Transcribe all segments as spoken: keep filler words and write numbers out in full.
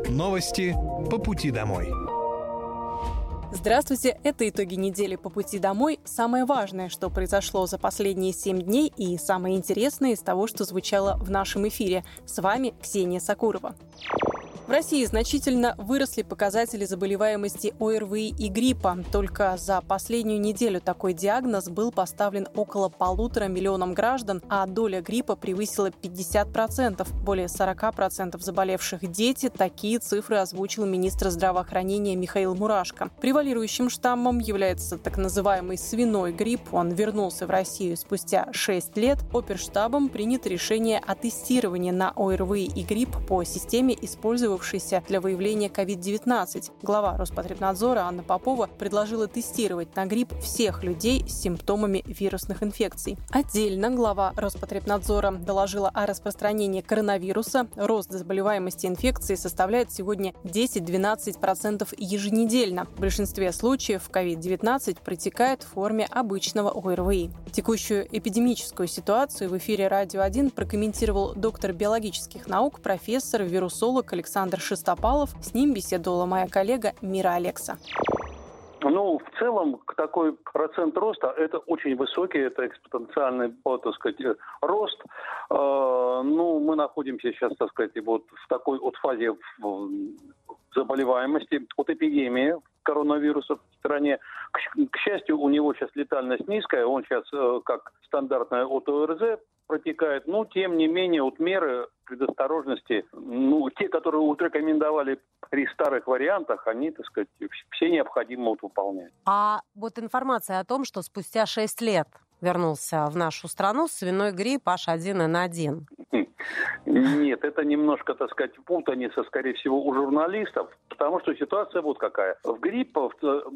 Новости по пути домой. Здравствуйте, это итоги недели по пути домой. Самое важное, что произошло за последние семь дней, и самое интересное из того, что звучало в нашем эфире. С вами Ксения Сакурова. В России значительно выросли показатели заболеваемости ОРВИ и гриппа. Только за последнюю неделю такой диагноз был поставлен около полутора миллионам граждан, а доля гриппа превысила пятьдесят процентов. Более сорок процентов заболевших дети. Такие цифры озвучил министр здравоохранения Михаил Мурашко. Превалирующим штаммом является так называемый свиной грипп. Он вернулся в Россию спустя шесть лет. Оперштабом принято решение о тестировании на ОРВИ и грипп по системе, использовавшейся для выявления ковид девятнадцать. Глава Роспотребнадзора Анна Попова предложила тестировать на грипп всех людей с симптомами вирусных инфекций. Отдельно глава Роспотребнадзора доложила о распространении коронавируса. Рост заболеваемости инфекцией составляет сегодня десять-двенадцать процентов еженедельно. В большинстве случаев ковид девятнадцать протекает в форме обычного ОРВИ. Текущую эпидемическую ситуацию в эфире «Радио один» прокомментировал доктор биологических наук, профессор, вирусолог Александр Шестопалов. С ним беседовала моя коллега Мира Алекса. Ну, в целом, такой процент роста – это очень высокий, это экспоненциальный, так сказать, рост. Э, ну, мы находимся сейчас, так сказать, вот в такой вот фазе заболеваемости от эпидемии коронавируса в стране. К, к счастью, у него сейчас летальность низкая, он сейчас э, как стандартная от ОРЗ протекает, но тем не менее вот меры предосторожности, ну, те, которые вот рекомендовали при старых вариантах, они, так сказать, все необходимо вот выполнять. А вот информация о том, что спустя шесть лет вернулся в нашу страну свиной грипп эйч один эн один. Нет, это немножко, так сказать, путаница, скорее всего, у журналистов, потому что ситуация вот какая. В грипп, в,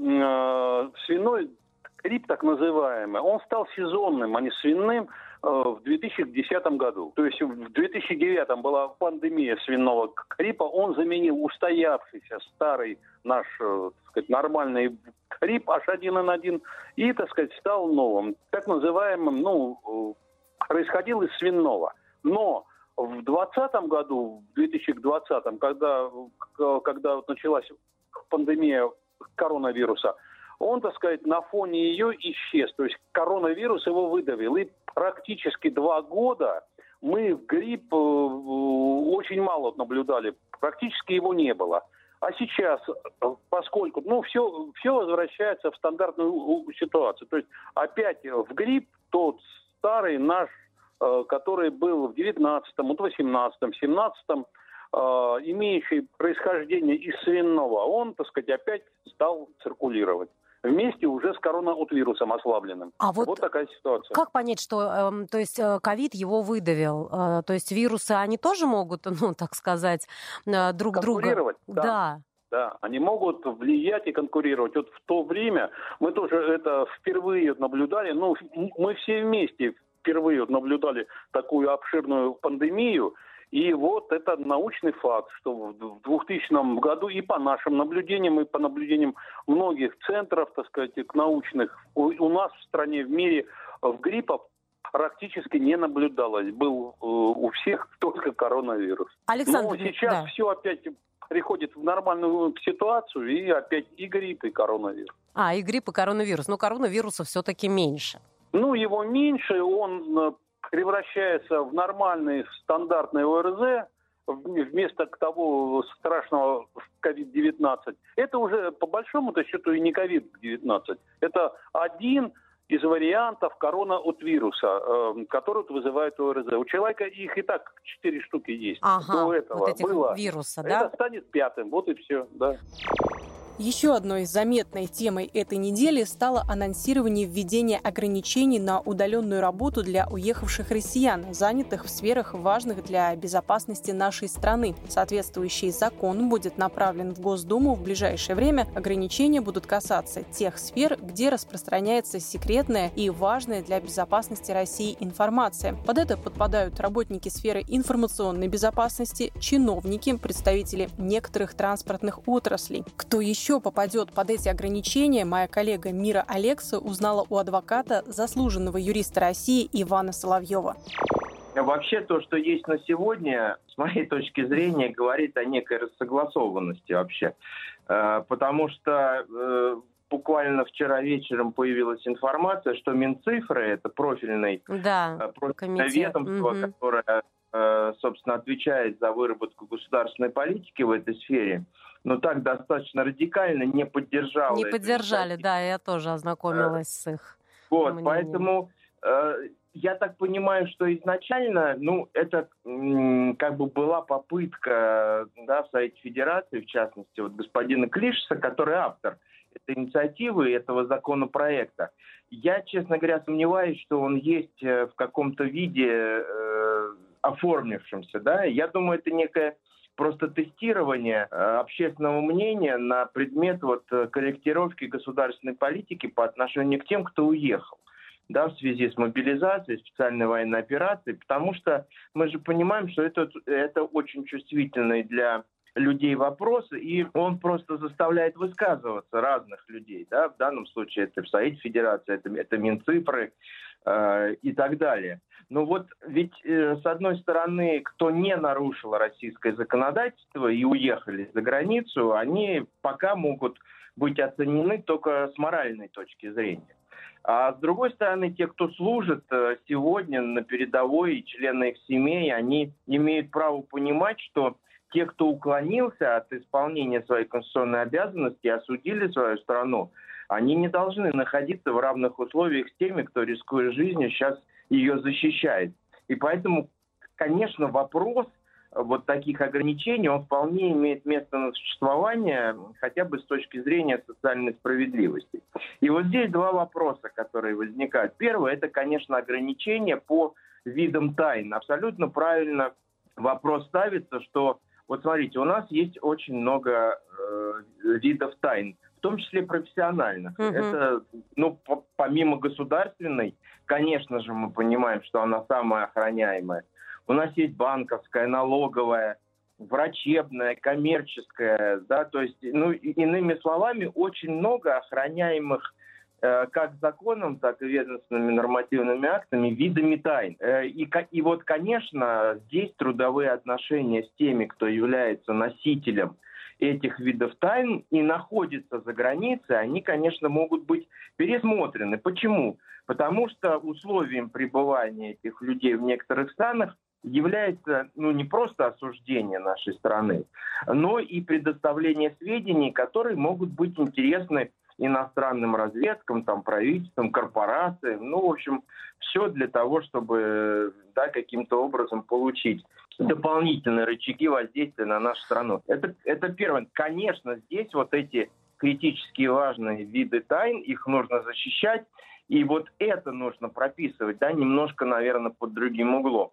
э, свиной грипп так называемый, он стал сезонным, а не свиным в две тысячи десятом году. То есть в две тысячи девятом была пандемия свиного гриппа, он заменил устоявшийся старый наш, так сказать, нормальный грипп эйч один эн один и, так сказать, стал новым, так называемым, ну, происходил из свиного. Но в двадцатом году, в две тысячи двадцатом, когда, когда началась пандемия коронавируса, он, так сказать, на фоне ее исчез. То есть коронавирус его выдавил. И практически два года мы в грипп очень мало наблюдали. Практически его не было. А сейчас, поскольку, ну, все, все возвращается в стандартную ситуацию. То есть опять в грипп тот старый наш, который был в девятнадцатом, в восемнадцатом, семнадцатом, имеющий происхождение из свиного, он, так сказать, опять стал циркулировать. Вместе уже с коронавирусом ослабленным. А вот, вот такая ситуация. Как понять, что, э, то есть, ковид его выдавил? Э, то есть вирусы, они тоже могут, ну, так сказать, э, друг друга... Конкурировать? Да. да. Да, они могут влиять и конкурировать. Вот в то время мы тоже это впервые наблюдали, ну, мы все вместе впервые наблюдали такую обширную пандемию. И вот это научный факт, что в двухтысячном году и по нашим наблюдениям, и по наблюдениям многих центров, так сказать, научных, у, у нас в стране, в мире в гриппа практически не наблюдалось. Был э, у всех только коронавирус. Александр, Но сейчас да. все опять приходит в нормальную ситуацию, и опять и грипп, и коронавирус. А, и грипп, и коронавирус. Но коронавируса все-таки меньше. Ну, его меньше, он превращается в нормальный стандартный ОРЗ вместо того страшного ковид девятнадцать. Это уже по большому-то счету и не ковид девятнадцать. Это один из вариантов коронавируса, который вызывает ОРЗ. У человека их и так четыре штуки есть. Ага, до этого вот этих было. Вируса, да? Это станет пятым, вот и все, да. Еще одной заметной темой этой недели стало анонсирование введения ограничений на удаленную работу для уехавших россиян, занятых в сферах, важных для безопасности нашей страны. Соответствующий закон будет направлен в Госдуму в ближайшее время. Ограничения будут касаться тех сфер, где распространяется секретная и важная для безопасности России информация. Под это подпадают работники сферы информационной безопасности, чиновники, представители некоторых транспортных отраслей. Кто еще еще попадет под эти ограничения, моя коллега Мира Алекса узнала у адвоката, заслуженного юриста России Ивана Соловьева. Вообще то, что есть на сегодня, с моей точки зрения, говорит о некой рассогласованности вообще. Потому что буквально вчера вечером появилась информация, что Минцифры, это профильный, да, профильное ведомство, угу. которое, собственно, отвечает за выработку государственной политики в этой сфере, но так достаточно радикально не поддержало. Не поддержали, да, я тоже ознакомилась с их Вот, мнением. Поэтому э, я так понимаю, что изначально, ну, это м, как бы была попытка, да, в Совете Федерации, в частности, вот господина Клишеса, который автор этой инициативы, этого законопроекта. Я, честно говоря, сомневаюсь, что он есть в каком-то виде э, оформившемся, да. Я думаю, это некое просто тестирование э, общественного мнения на предмет вот корректировки государственной политики по отношению к тем, кто уехал, да, в связи с мобилизацией, специальной военной операцией, потому что мы же понимаем, что это, это очень чувствительный для людей вопросы, и он просто заставляет высказываться разных людей, да, в данном случае это в Совете Федерации, это, это Минцифры э, и так далее. Но вот ведь, э, с одной стороны, кто не нарушил российское законодательство и уехали за границу, они пока могут быть оценены только с моральной точки зрения. А с другой стороны, те, кто служит сегодня на передовой, и члены их семей, они имеют право понимать, что те, кто уклонился от исполнения своей конституционной обязанности и осудили свою страну, они не должны находиться в равных условиях с теми, кто, рискуя жизнью, сейчас ее защищает. И поэтому, конечно, вопрос вот таких ограничений, он вполне имеет место на существование, хотя бы с точки зрения социальной справедливости. И вот здесь два вопроса, которые возникают. Первый, это, конечно, ограничения по видам тайн. Абсолютно правильно вопрос ставится, что, вот смотрите, у нас есть очень много э, видов тайн, в том числе профессиональных. Uh-huh. Это, ну, по- помимо государственной, конечно же, мы понимаем, что она самая охраняемая. У нас есть банковская, налоговая, врачебная, коммерческая, да, то есть, ну, иными словами, очень много охраняемых э, как законом, так и ведомственными нормативными актами видами тайн. Э, и, и вот, конечно, здесь трудовые отношения с теми, кто является носителем этих видов тайн и находится за границей, они, конечно, могут быть пересмотрены. Почему? Потому что условием пребывания этих людей в некоторых странах является, ну, не просто осуждение нашей страны, но и предоставление сведений, которые могут быть интересны иностранным разведкам, там, правительствам, корпорациям. Ну, в общем, все для того, чтобы, да, каким-то образом получить дополнительные рычаги воздействия на нашу страну. Это, это первое. Конечно, здесь вот эти критически важные виды тайн, их нужно защищать, и вот это нужно прописывать, да, немножко, наверное, под другим углом.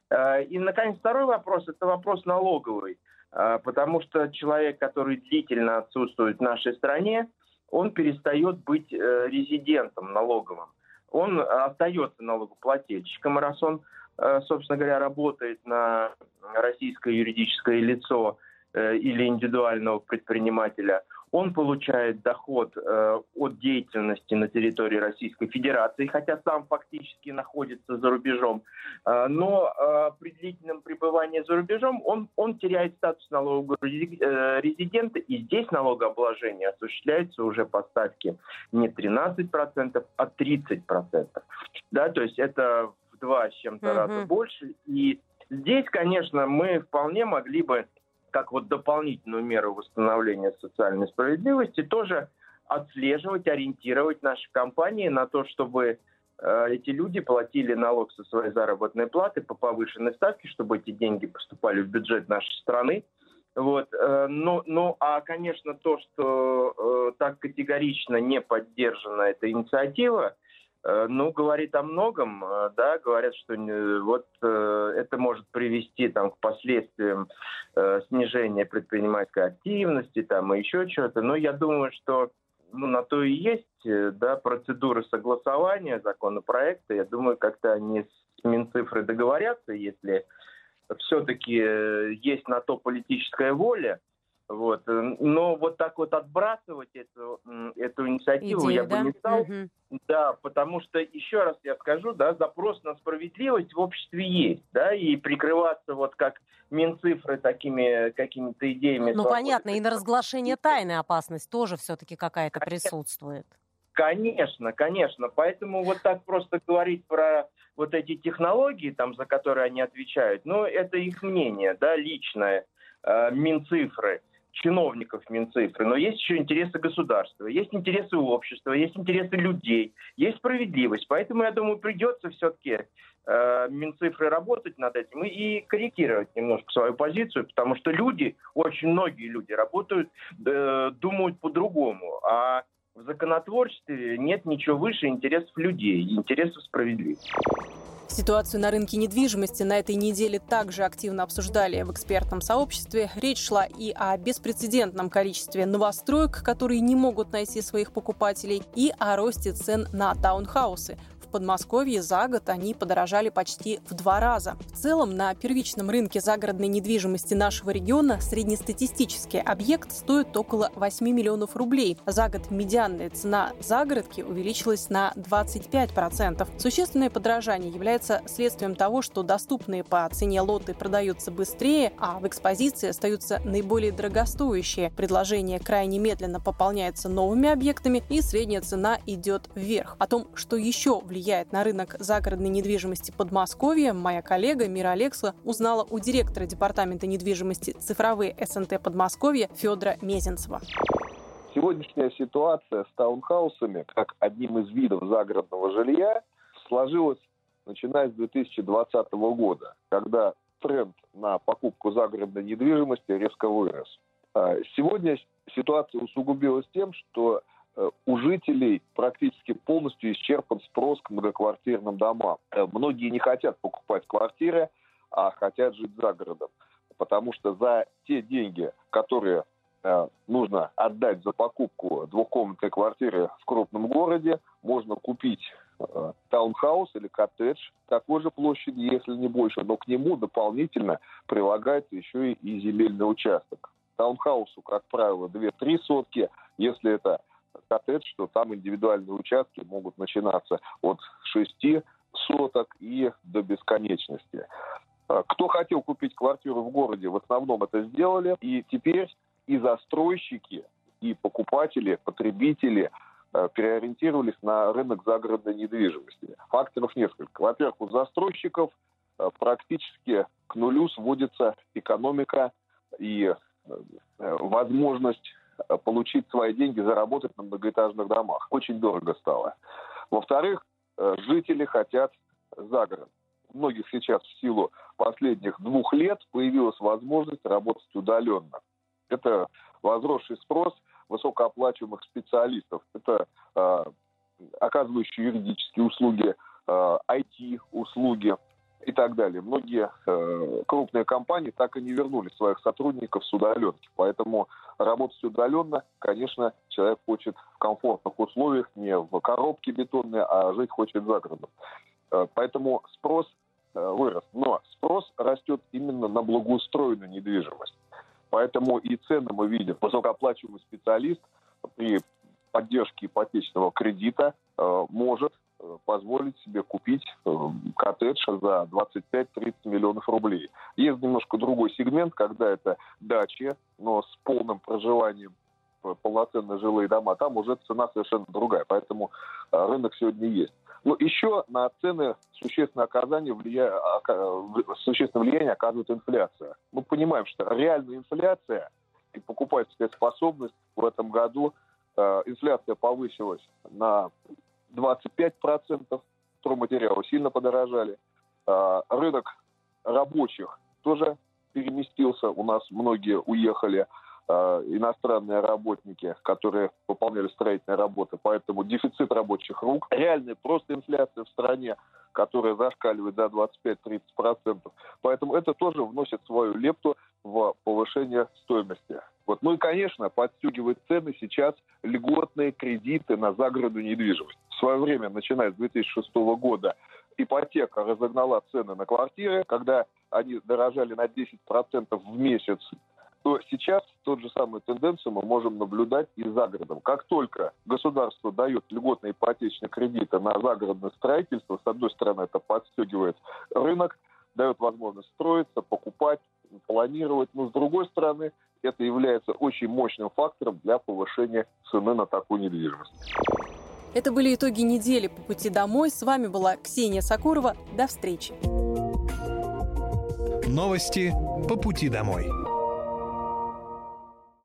И, наконец, второй вопрос – это вопрос налоговый, потому что человек, который длительно отсутствует в нашей стране, он перестает быть резидентом налоговым. Он остается налогоплательщиком, раз он, собственно говоря, работает на российское юридическое лицо или индивидуального предпринимателя. Он получает доход э, от деятельности на территории Российской Федерации, хотя сам фактически находится за рубежом. Э, но э, при длительном пребывании за рубежом он, он теряет статус налогового резидента, и здесь налогообложение осуществляется уже по ставке не тринадцать процентов, а тридцать процентов. Да, то есть это в два с чем-то mm-hmm. раза больше. И здесь, конечно, мы вполне могли бы, как вот дополнительную меру восстановления социальной справедливости, тоже отслеживать, ориентировать наши компании на то, чтобы э, эти люди платили налог со своей заработной платы по повышенной ставке, чтобы эти деньги поступали в бюджет нашей страны. Вот. Э, но, ну, а, конечно, то, что э, так категорично не поддержана эта инициатива, ну, говорит о многом, да, говорят, что вот э, это может привести там к последствиям э, снижения предпринимательской активности, там, и еще что-то, но я думаю, что, ну, на то и есть, да, процедуры согласования законопроекта, я думаю, как-то они с Минцифрой договорятся, если все-таки есть на то политическая воля, Вот. Но вот так вот отбрасывать эту, эту инициативу Идею, я да? бы не стал. Угу. Да, потому что, еще раз я скажу, да, запрос на справедливость в обществе есть, да, и прикрываться вот как Минцифры такими какими-то идеями. Ну, свободы. понятно, и на разглашение тайны опасность тоже все-таки какая-то присутствует. Конечно, конечно. Поэтому вот так просто говорить про вот эти технологии, там, за которые они отвечают, ну, это их мнение, да, личное, э, Минцифры, чиновников Минцифры. Но есть еще интересы государства, есть интересы общества, есть интересы людей, есть справедливость. Поэтому, я думаю, придется все-таки э, Минцифры работать над этим и, и корректировать немножко свою позицию, потому что люди, очень многие люди работают, э, думают по-другому, а в законотворчестве нет ничего выше интересов людей, интересов справедливости. Ситуацию на рынке недвижимости на этой неделе также активно обсуждали в экспертном сообществе. Речь шла и о беспрецедентном количестве новостроек, которые не могут найти своих покупателей, и о росте цен на таунхаусы. В Подмосковье за год они подорожали почти в два раза. В целом, на первичном рынке загородной недвижимости нашего региона среднестатистический объект стоит около восемь миллионов рублей. За год медианная цена загородки увеличилась на двадцать пять процентов. Существенное подорожание является следствием того, что доступные по цене лоты продаются быстрее, а в экспозиции остаются наиболее дорогостоящие. Предложение крайне медленно пополняется новыми объектами, и средняя цена идет вверх. О том, что еще влияет влияет на рынок загородной недвижимости Подмосковья, моя коллега Мира Алексова узнала у директора департамента недвижимости «Цифровые СНТ Подмосковья» Федора Мезенцева. Сегодняшняя ситуация с таунхаусами, как одним из видов загородного жилья, сложилась начиная с две тысячи двадцатого года, когда тренд на покупку загородной недвижимости резко вырос. Сегодня ситуация усугубилась тем, что у жителей практически полностью исчерпан спрос к многоквартирным домам. Многие не хотят покупать квартиры, а хотят жить за городом. Потому что за те деньги, которые э, нужно отдать за покупку двухкомнатной квартиры в крупном городе, можно купить э, таунхаус или коттедж такой же площади, если не больше, но к нему дополнительно прилагается еще и, и земельный участок. Таунхаусу, как правило, две-три сотки. Если это коттедж, что там индивидуальные участки могут начинаться от шести соток и до бесконечности. Кто хотел купить квартиру в городе, в основном это сделали. И теперь и застройщики, и покупатели, потребители э, переориентировались на рынок загородной недвижимости. Факторов несколько. Во-первых, у застройщиков э, практически к нулю сводится экономика и э, возможность получить свои деньги, заработать на многоэтажных домах. Очень дорого стало. Во-вторых, жители хотят за город. У многих сейчас в силу последних двух лет появилась возможность работать удаленно. Это возросший спрос высокооплачиваемых специалистов. Это э, оказывающие юридические услуги, э, ай ти-услуги и так далее. Многие э, крупные компании так и не вернули своих сотрудников с удаленки. Поэтому работать удаленно, конечно, человек хочет в комфортных условиях, не в коробке бетонной, а жить хочет за городом. Э, поэтому спрос э, вырос. Но спрос растет именно на благоустроенную недвижимость. Поэтому и цены мы видим. Высокооплачиваемый специалист при поддержке ипотечного кредита э, может позволить себе купить коттедж за двадцать пять-тридцать миллионов рублей. Есть немножко другой сегмент, когда это дачи, но с полным проживанием, полноценные жилые дома. Там уже цена совершенно другая, поэтому рынок сегодня есть. Но еще на цены существенное оказание влия... существенное влияние оказывает инфляция. Мы понимаем, что реальная инфляция и покупательская способность в этом году, инфляция повысилась на двадцать пять процентов, стройматериалы сильно подорожали. Рынок рабочих тоже переместился. У нас многие уехали, иностранные работники, которые выполняли строительные работы. Поэтому дефицит рабочих рук. Реальная просто инфляция в стране, которая зашкаливает до двадцать пять-тридцать процентов. Поэтому это тоже вносит свою лепту в повышение стоимости. Вот. Ну и, конечно, подстегивает цены сейчас льготные кредиты на загородную недвижимость. В свое время, начиная с две тысячи шестого года, ипотека разогнала цены на квартиры, когда они дорожали на десять процентов в месяц. то сейчас тот же самую тенденцию мы можем наблюдать и за городом. Как только государство дает льготные ипотечные кредиты на загородное строительство, с одной стороны, это подстегивает рынок, дает возможность строиться, покупать, планировать, но с другой стороны, это является очень мощным фактором для повышения цены на такую недвижимость. Это были итоги недели по пути домой. С вами была Ксения Сокурова. До встречи. Новости по пути домой.